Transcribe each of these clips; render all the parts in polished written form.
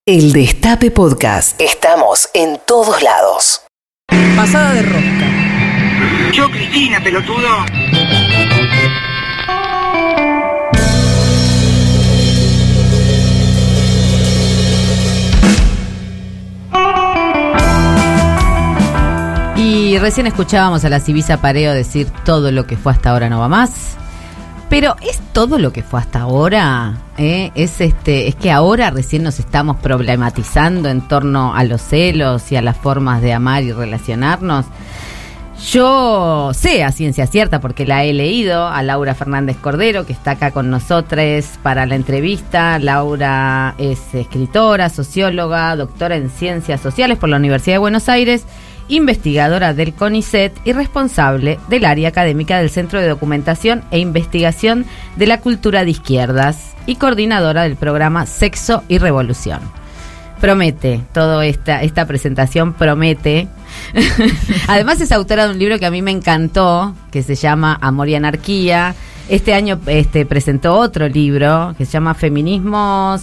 El Destape Podcast. Estamos en todos lados. Pasada de rosca. Yo, Cristina, pelotudo. Y recién escuchábamos a la Sibisa Pareo decir todo lo que fue hasta ahora no va más. Pero ¿es todo lo que fue hasta ahora? Es que ahora recién nos estamos problematizando en torno a los celos y a las formas de amar y relacionarnos. Yo sé a ciencia cierta, porque la he leído, a Laura Fernández Cordero, que está acá con nosotros para la entrevista. Laura es escritora, socióloga, doctora en Ciencias Sociales por la Universidad de Buenos Aires, investigadora del CONICET y responsable del área académica del Centro de Documentación e Investigación de la Cultura de Izquierdas y coordinadora del programa Sexo y Revolución. Promete, toda esta presentación promete. Además es autora de un libro que a mí me encantó, que se llama Amor y Anarquía. Este año presentó otro libro que se llama Feminismos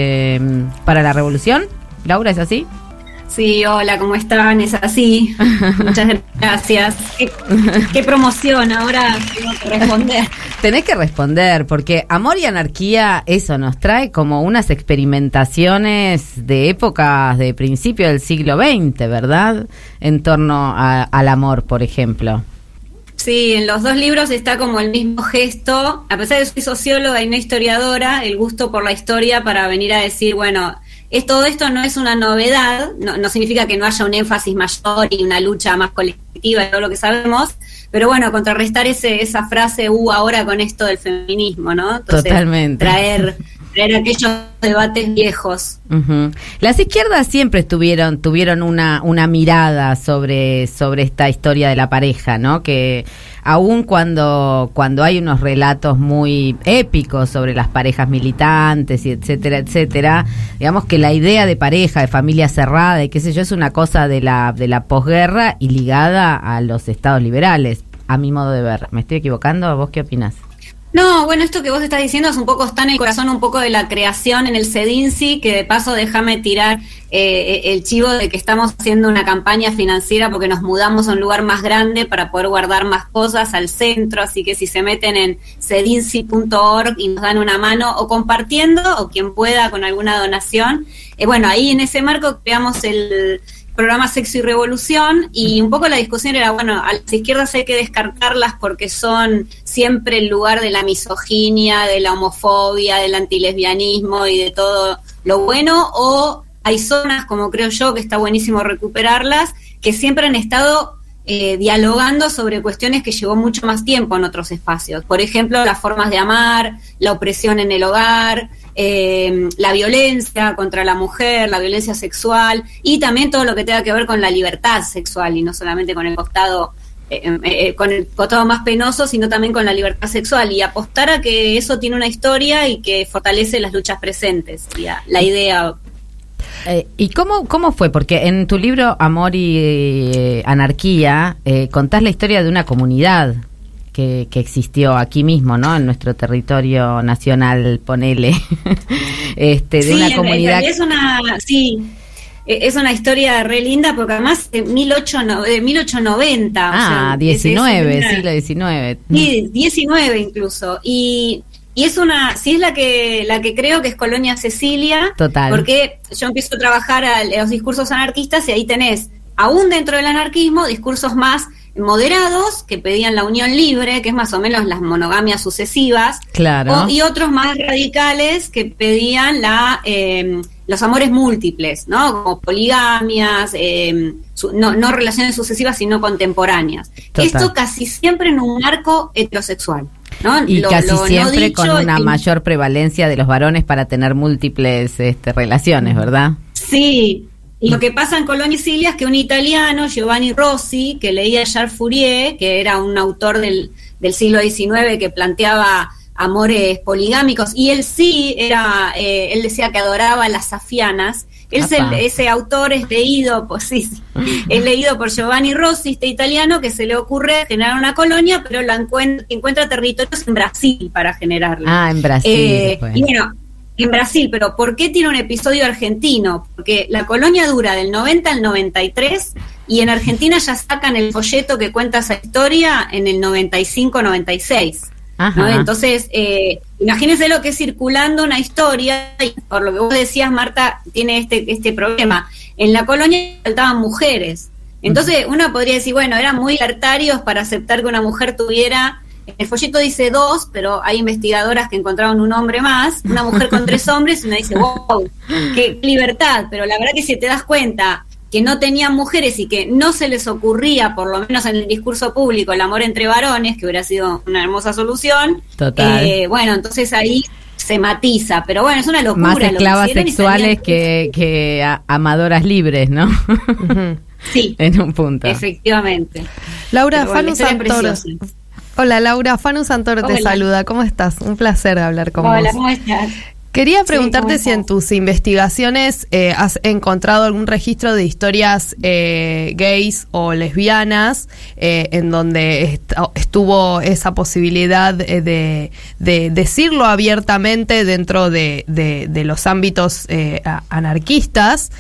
para la Revolución. Laura, ¿es así? Sí, hola, ¿cómo están? Es así. Muchas gracias. ¿Qué promoción? Ahora tengo que responder. Tenés que responder, porque Amor y Anarquía, eso nos trae como unas experimentaciones de épocas de principio del siglo XX, ¿verdad? En torno al amor, por ejemplo. Sí, en los dos libros está como el mismo gesto. A pesar de que soy socióloga y no historiadora, el gusto por la historia para venir a decir, bueno, todo esto no es una novedad, no significa que no haya un énfasis mayor y una lucha más colectiva de todo lo que sabemos, pero bueno, contrarrestar esa frase, ahora con esto del feminismo, ¿no? Entonces, totalmente. Traer aquellos debates viejos. Uh-huh. Las izquierdas siempre tuvieron una mirada sobre esta historia de la pareja, ¿no? Que aun cuando hay unos relatos muy épicos sobre las parejas militantes y etcétera, digamos que la idea de pareja, de familia cerrada y qué sé yo, es una cosa de la posguerra y ligada a los estados liberales, a mi modo de ver. ¿Me estoy equivocando? ¿Vos qué opinás? No, bueno, esto que vos estás diciendo es un poco, está en el corazón un poco de la creación en el CEDINCI, que de paso déjame tirar el chivo de que estamos haciendo una campaña financiera porque nos mudamos a un lugar más grande para poder guardar más cosas al centro, así que si se meten en cedinci.org y nos dan una mano o compartiendo o quien pueda con alguna donación, bueno, ahí en ese marco creamos el programa Sexo y Revolución, y un poco la discusión era, bueno, a las izquierdas hay que descartarlas porque son siempre el lugar de la misoginia, de la homofobia, del antilesbianismo y de todo lo bueno, o hay zonas, como creo yo, que está buenísimo recuperarlas, que siempre han estado dialogando sobre cuestiones que llevó mucho más tiempo en otros espacios. Por ejemplo, las formas de amar, la opresión en el hogar, la violencia contra la mujer, la violencia sexual y también todo lo que tenga que ver con la libertad sexual y no solamente con el costado más penoso, sino también con la libertad sexual, y apostar a que eso tiene una historia y que fortalece las luchas presentes, la idea. ¿Y cómo fue? Porque en tu libro Amor y Anarquía contás la historia de una comunidad que existió aquí mismo, ¿no? En nuestro territorio nacional, ponele. De una comunidad. Es una historia re linda porque además de 1890. Ah, 19, siglo XIX. Sí, 19 incluso. Y es la que creo que es Colonia Cecilia. Total. Porque yo empiezo a trabajar los discursos anarquistas y ahí tenés, aún dentro del anarquismo, discursos más moderados que pedían la unión libre, que es más o menos las monogamias sucesivas. Claro. Y otros más radicales que pedían los amores múltiples, ¿no? Como poligamias, no relaciones sucesivas, sino contemporáneas. Total. Esto casi siempre en un marco heterosexual, ¿no? Y casi siempre no con una mayor prevalencia de los varones para tener múltiples relaciones, ¿verdad? Sí. Y lo que pasa en Colonia Sicilia es que un italiano, Giovanni Rossi, que leía Charles Fourier, que era un autor del siglo XIX que planteaba amores poligámicos, y él él decía que adoraba las safianas. Ese autor es leído, es leído por Giovanni Rossi, este italiano, que se le ocurre generar una colonia, pero encuentra territorios en Brasil para generarla. Ah, en Brasil. Y bueno, en Brasil, pero ¿por qué tiene un episodio argentino? Porque la colonia dura del 90 al 93 y en Argentina ya sacan el folleto que cuenta esa historia en el 95-96. ¿no? Entonces, imagínense lo que es circulando una historia, y por lo que vos decías, Marta, tiene este problema. En la colonia faltaban mujeres. Entonces, uno podría decir, bueno, eran muy libertarios para aceptar que una mujer tuviera... El folleto dice 2, pero hay investigadoras que encontraron un hombre más, una mujer con 3 hombres, y uno dice, wow, qué libertad. Pero la verdad que si te das cuenta que no tenían mujeres y que no se les ocurría, por lo menos en el discurso público, el amor entre varones, que hubiera sido una hermosa solución, bueno, entonces ahí se matiza, pero bueno, es una locura. Más esclavas sexuales que amadoras libres, ¿no? Sí, en un punto. Efectivamente. Laura, Fanu Santoro. Hola Laura, Fanu Santoro te saluda, ¿cómo estás? Un placer hablar con vos. Hola, ¿cómo estás? Quería preguntarte si en tus investigaciones has encontrado algún registro de historias gays o lesbianas en donde estuvo esa posibilidad de decirlo abiertamente dentro de los ámbitos anarquistas,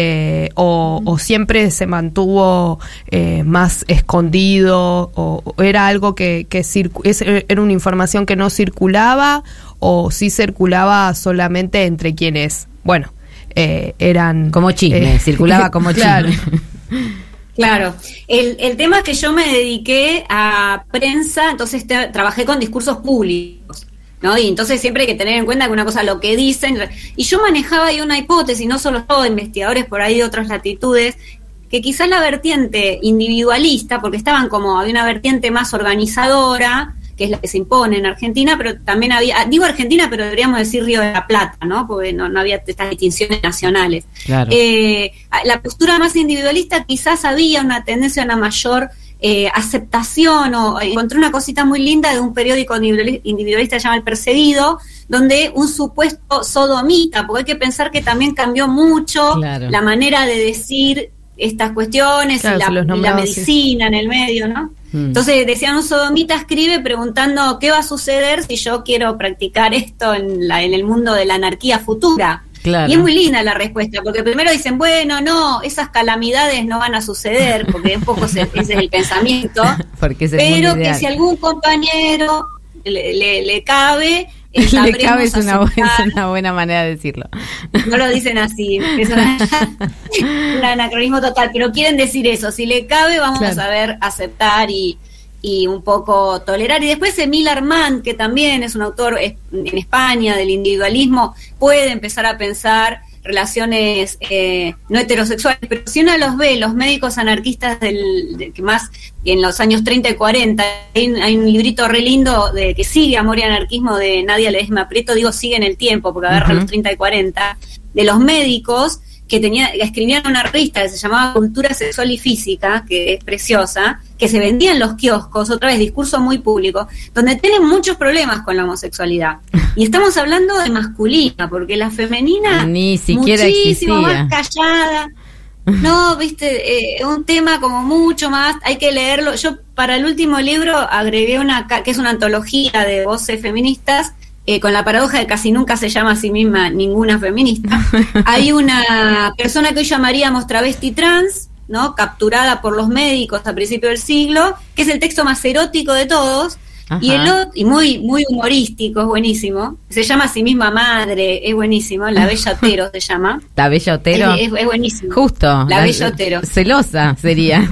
o siempre se mantuvo más escondido, o era algo era una información que no circulaba, o sí circulaba solamente entre quienes, bueno, eran... Como chisme, circulaba como chisme. Claro. El tema es que yo me dediqué a prensa, entonces trabajé con discursos públicos, ¿no? Y entonces siempre hay que tener en cuenta que una cosa lo que dicen, y yo manejaba ahí una hipótesis, no solo yo, investigadores por ahí de otras latitudes, que quizás la vertiente individualista, porque había una vertiente más organizadora, que es la que se impone en Argentina, pero también digo Argentina, pero deberíamos decir Río de la Plata, ¿no? Porque no había estas distinciones nacionales. Claro. La postura más individualista quizás había una tendencia a una mayor aceptación, o encontré una cosita muy linda de un periódico individualista que se llama El Perseguido, donde un supuesto sodomita, porque hay que pensar que también cambió mucho la manera de decir estas cuestiones, y la medicina en el medio, ¿no? Entonces decían, un sodomita escribe preguntando qué va a suceder si yo quiero practicar esto en el mundo de la anarquía futura. Claro. Y es muy linda la respuesta, porque primero dicen, bueno, no, esas calamidades no van a suceder, porque un poco ese es el pensamiento, pero que si algún compañero le cabe... Le cabe es una buena manera de decirlo. No lo dicen así, es un anacronismo total, pero quieren decir eso, si le cabe vamos a saber aceptar y un poco tolerar. Y después Emil Armand, que también es un autor en España del individualismo, puede empezar a pensar relaciones no heterosexuales, pero si uno los ve, los médicos anarquistas que más en los años 30 y 40, hay un librito re lindo que sigue Amor y Anarquismo de Nadia Ledesma Prieto, sigue en el tiempo, porque agarra los 30 y 40, de los médicos que escribían una revista que se llamaba Cultura Sexual y Física, que es preciosa, que se vendía en los kioscos, otra vez discurso muy público, donde tienen muchos problemas con la homosexualidad. Y estamos hablando de masculina, porque la femenina ni siquiera muchísimo existía. Más callada. No, viste, un tema como mucho más, hay que leerlo. Yo para el último libro agregué que es una antología de voces feministas, con la paradoja de que casi nunca se llama a sí misma ninguna feminista. Hay una persona que hoy llamaríamos travesti trans, ¿no? Capturada por los médicos a principios del siglo, que es el texto más erótico de todos. Ajá. Y muy muy humorístico, es buenísimo. Se llama a sí misma madre, es buenísimo. La Bella Otero se llama. La Bella Otero. Es buenísimo. Justo. La Bella Otero. Celosa sería.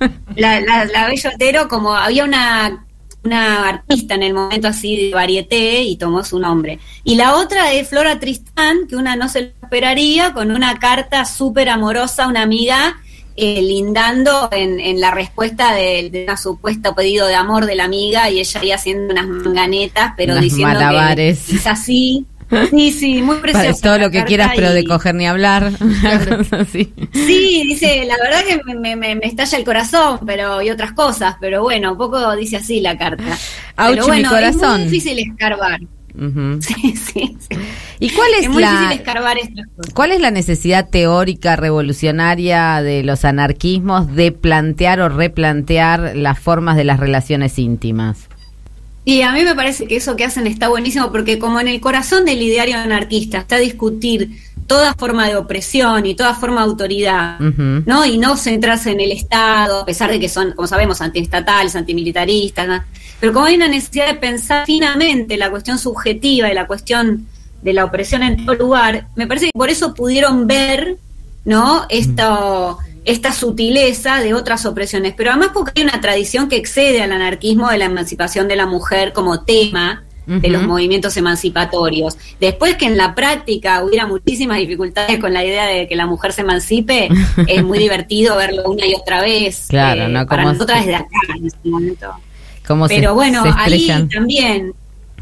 La Bella Otero, como había una artista en el momento así de varieté y tomó su nombre. Y la otra es Flora Tristán, que una no se lo esperaría, con una carta súper amorosa, una amiga lindando en la respuesta de un supuesto pedido de amor de la amiga, y ella ahí haciendo unas manganetas, pero unas diciendo malabares. Que es así. Sí, muy precioso. Para todo lo que quieras, pero de coger ni hablar. Sí, dice, la verdad que me estalla el corazón, y otras cosas, pero bueno, un poco dice así la carta. Auchi, pero bueno, mi corazón. Es muy difícil escarbar. Uh-huh. Sí. ¿Y cuál es muy difícil escarbar estas cosas. ¿Cuál es la necesidad teórica revolucionaria de los anarquismos de plantear o replantear las formas de las relaciones íntimas? Y a mí me parece que eso que hacen está buenísimo, porque como en el corazón del ideario anarquista está discutir toda forma de opresión y toda forma de autoridad, ¿no? Y no centrarse en el Estado, a pesar de que son, como sabemos, antiestatales, antimilitaristas, ¿no? Pero como hay una necesidad de pensar finamente la cuestión subjetiva y la cuestión de la opresión en todo lugar, me parece que por eso pudieron ver, ¿no? Esta sutileza de otras opresiones, pero además porque hay una tradición que excede al anarquismo de la emancipación de la mujer como tema de los movimientos emancipatorios. Después que en la práctica hubiera muchísimas dificultades con la idea de que la mujer se emancipe, es muy divertido verlo una y otra vez. Claro, ¿no? Para nosotras desde acá en este momento. Pero bueno, ahí también,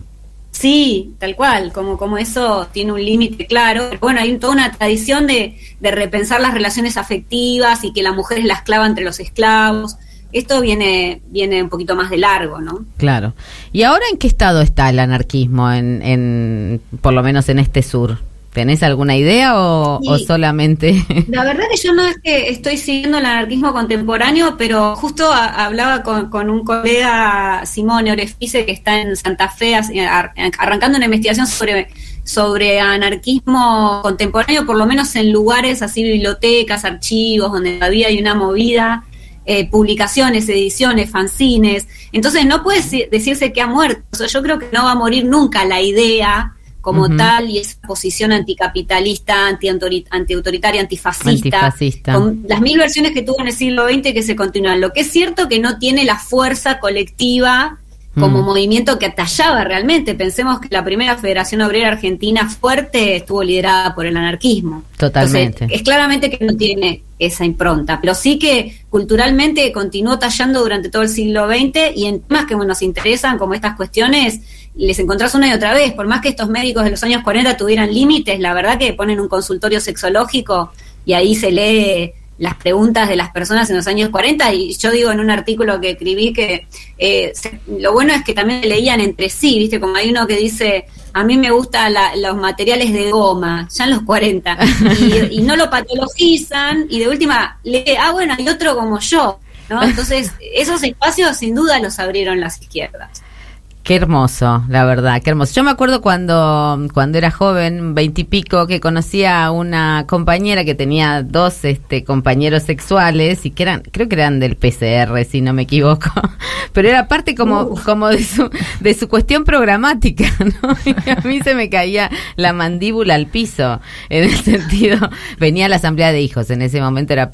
sí, tal cual, como eso tiene un límite claro. Pero bueno, hay toda una tradición de repensar las relaciones afectivas y que la mujer es la esclava entre los esclavos. Esto viene un poquito más de largo, ¿no? Claro. ¿Y ahora en qué estado está el anarquismo, en por lo menos en este sur? ¿Tenés alguna idea o solamente...? La verdad que yo no es que estoy siguiendo el anarquismo contemporáneo, pero justo hablaba con un colega, Simone Orefice, que está en Santa Fe arrancando una investigación sobre anarquismo contemporáneo, por lo menos en lugares así, bibliotecas, archivos, donde todavía hay una movida, publicaciones, ediciones, fanzines. Entonces no puede decirse que ha muerto. O sea, yo creo que no va a morir nunca la idea como tal, y esa posición anticapitalista, antiautoritaria, antifascista, con las 1000 versiones que tuvo en el siglo XX que se continúan. Lo que es cierto que no tiene la fuerza colectiva como movimiento que atallaba realmente. Pensemos que la primera Federación Obrera Argentina fuerte estuvo liderada por el anarquismo. Totalmente. Entonces, es claramente que no tiene esa impronta, pero sí que culturalmente continuó tallando durante todo el siglo XX, y en temas que nos interesan, como estas cuestiones, les encontrás una y otra vez. Por más que estos médicos de los años 40 tuvieran límites, la verdad que ponen un consultorio sexológico y ahí se lee las preguntas de las personas en los años 40, y yo digo en un artículo que escribí que lo bueno es que también leían entre sí, ¿viste? Como hay uno que dice, a mí me gustan los materiales de goma, ya en los 40, y no lo patologizan, y de última lee, bueno, hay otro como yo, ¿no? Entonces, esos espacios sin duda los abrieron las izquierdas. Qué hermoso, la verdad, qué hermoso. Yo me acuerdo cuando era joven, 20 y pico, que conocía a una compañera que tenía 2 compañeros sexuales y creo que eran del PCR, si no me equivoco, pero era parte como de su cuestión programática, ¿no? Y a mí se me caía la mandíbula al piso, en el sentido, venía a la asamblea de hijos, en ese momento era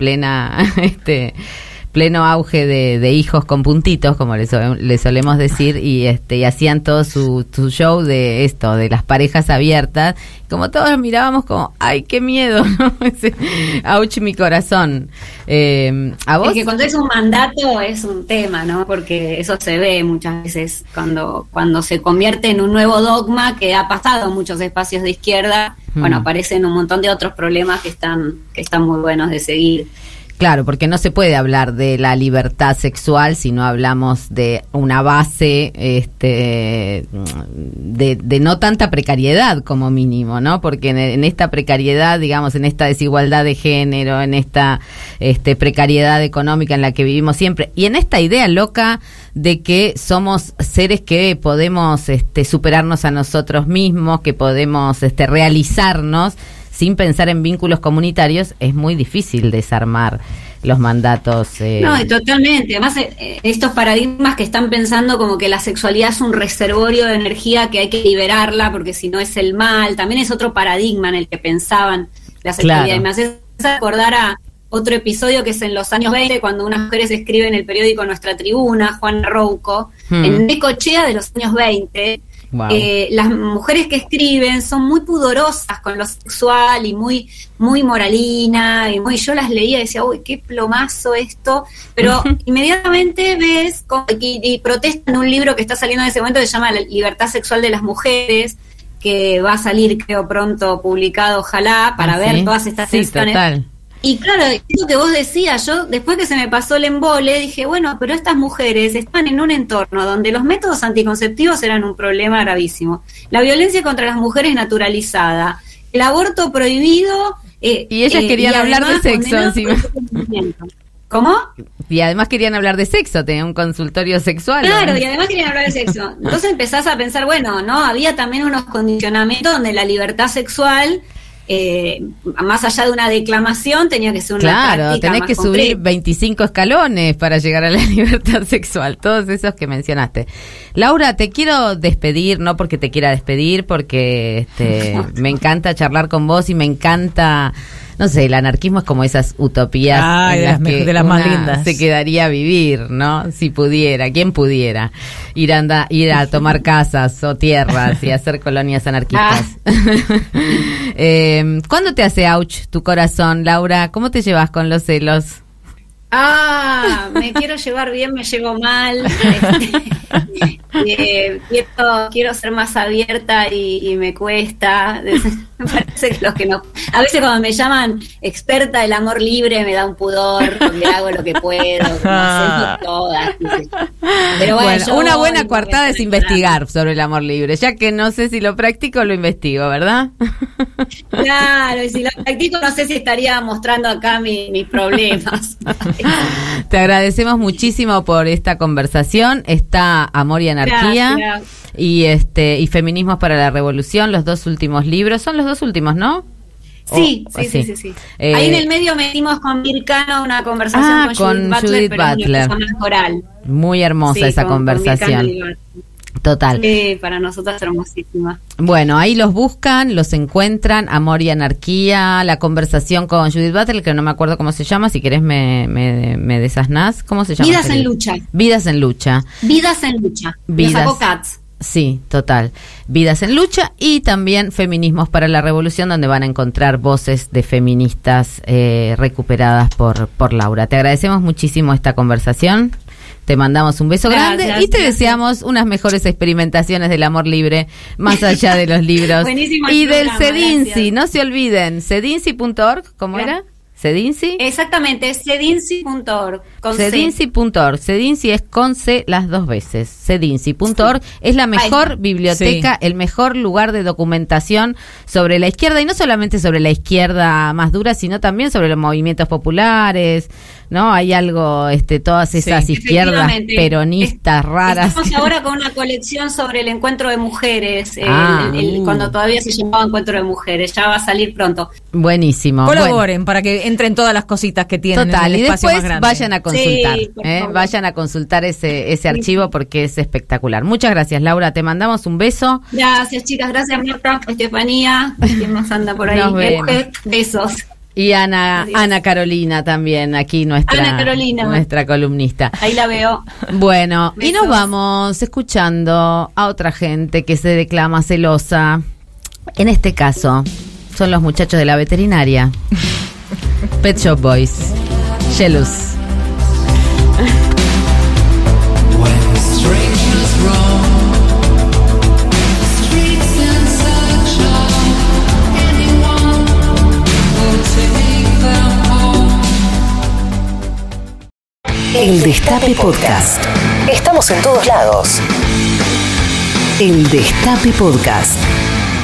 pleno auge de hijos con puntitos, como le solemos decir, y hacían todo su show de las parejas abiertas, como todos mirábamos como, ay, qué miedo, ¿no? Ouch, mi corazón. ¿A vos? Es que cuando es un mandato es un tema, ¿no? Porque eso se ve muchas veces cuando se convierte en un nuevo dogma, que ha pasado en muchos espacios de izquierda. Bueno, aparecen un montón de otros problemas que están muy buenos de seguir. Claro, porque no se puede hablar de la libertad sexual si no hablamos de una base de no tanta precariedad como mínimo, ¿no? Porque en esta precariedad, digamos, en esta desigualdad de género, en esta precariedad económica en la que vivimos siempre, y en esta idea loca de que somos seres que podemos superarnos a nosotros mismos, que podemos realizarnos sin pensar en vínculos comunitarios, es muy difícil desarmar los mandatos. No, totalmente. Además, estos paradigmas que están pensando como que la sexualidad es un reservorio de energía que hay que liberarla porque si no es el mal, también es otro paradigma en el que pensaban la sexualidad. Claro. Y me hace acordar a otro episodio que es en los años 20, cuando unas mujeres escriben en el periódico Nuestra Tribuna, Juana Rouco, en Necochea de los años 20. Wow. Las mujeres que escriben son muy pudorosas con lo sexual y muy moralina, y yo las leía y decía, uy, qué plomazo esto, pero inmediatamente ves y protestan un libro que está saliendo en ese momento que se llama La libertad sexual de las mujeres, que va a salir creo pronto publicado, ojalá, para ver todas estas tensiones. Total. Y claro, eso que vos decías, yo después que se me pasó el embole, dije, bueno, pero estas mujeres están en un entorno donde los métodos anticonceptivos eran un problema gravísimo. La violencia contra las mujeres naturalizada, el aborto prohibido. Y ellas querían hablar de sexo encima. ¿Cómo? Y además querían hablar de sexo, tenía un consultorio sexual. Claro, ¿no? y además querían hablar de sexo. Entonces empezás a pensar, bueno, ¿no? Había también unos condicionamientos donde la libertad sexual, más allá de una declamación, tenía que ser una práctica tenés más que concreta. subir 25 escalones para llegar a la libertad sexual, todos esos que mencionaste. Laura, te quiero despedir, no porque te quiera despedir, porque me encanta charlar con vos y me encanta, no sé, el anarquismo es como esas utopías en las que de las más lindas. se quedaría a vivir, ¿no? Si pudiera, ¿quién pudiera? Ir a tomar casas o tierras y hacer colonias anarquistas. ¿Cuándo te hace ouch tu corazón, Laura? ¿Cómo te llevas con los celos? Me quiero llevar bien, me llevo mal. Quiero ser más abierta y me cuesta. Me parece que a veces cuando me llaman experta del amor libre me da un pudor, porque hago lo que puedo, hacemos todas. Pero bueno, una buena coartada es investigar sobre el amor libre, ya que no sé si lo practico, lo investigo, ¿verdad? Claro, y si lo practico no sé si estaría mostrando acá mis problemas. Te agradecemos muchísimo por esta conversación. Está Amor y Anarquía. Gracias. Y Feminismos para la Revolución, los 2 últimos libros. Son los 2 últimos, ¿no? Sí. Ahí en el medio metimos con Mircano una conversación con Judith Butler, pero más oral. Muy hermosa esa conversación. Total. Para nosotras hermosísima. Bueno, ahí los buscan, los encuentran, Amor y Anarquía, la conversación con Judith Butler, que no me acuerdo cómo se llama, si querés me desasnás. ¿Cómo se llama? Vidas en lucha. Vidas en lucha. Vidas en lucha. Lo sacó Katz. Sí, total. Vidas en lucha y también Feminismos para la Revolución, donde van a encontrar voces de feministas recuperadas por Laura. Te agradecemos muchísimo esta conversación. Te mandamos un beso grande y te deseamos unas mejores experimentaciones del amor libre, más allá de los libros. Buenísimo y del programa, CEDINCI, gracias. No se olviden, cedinci.org, ¿cómo era? ¿CEDINCI? Exactamente, cedinci.org. Cedinci.org. Cedinci es con C las 2 veces. Cedinci.org es la mejor biblioteca, el mejor lugar de documentación sobre la izquierda, y no solamente sobre la izquierda más dura, sino también sobre los movimientos populares, ¿no? Hay algo, todas esas izquierdas peronistas raras. Estamos ahora con una colección sobre el encuentro de mujeres, cuando todavía se llamaba Encuentro de Mujeres. Ya va a salir pronto. Buenísimo. Colaboren para que entren todas las cositas que tienen en el espacio más grande. Vayan a consultar, vayan a consultar ese archivo porque es espectacular. Muchas gracias, Laura, te mandamos un beso. Gracias, chicas, gracias, Marta, Estefanía, quien más anda por ahí. Nos vemos. Besos. Y Ana Carolina también, aquí nuestra columnista. Ahí la veo. Bueno, Besos. Y nos vamos escuchando a otra gente que se declama celosa. En este caso, son los muchachos de la veterinaria. Pet Shop Boys. Jealous. El Destape Podcast. Estamos en todos lados. El Destape Podcast.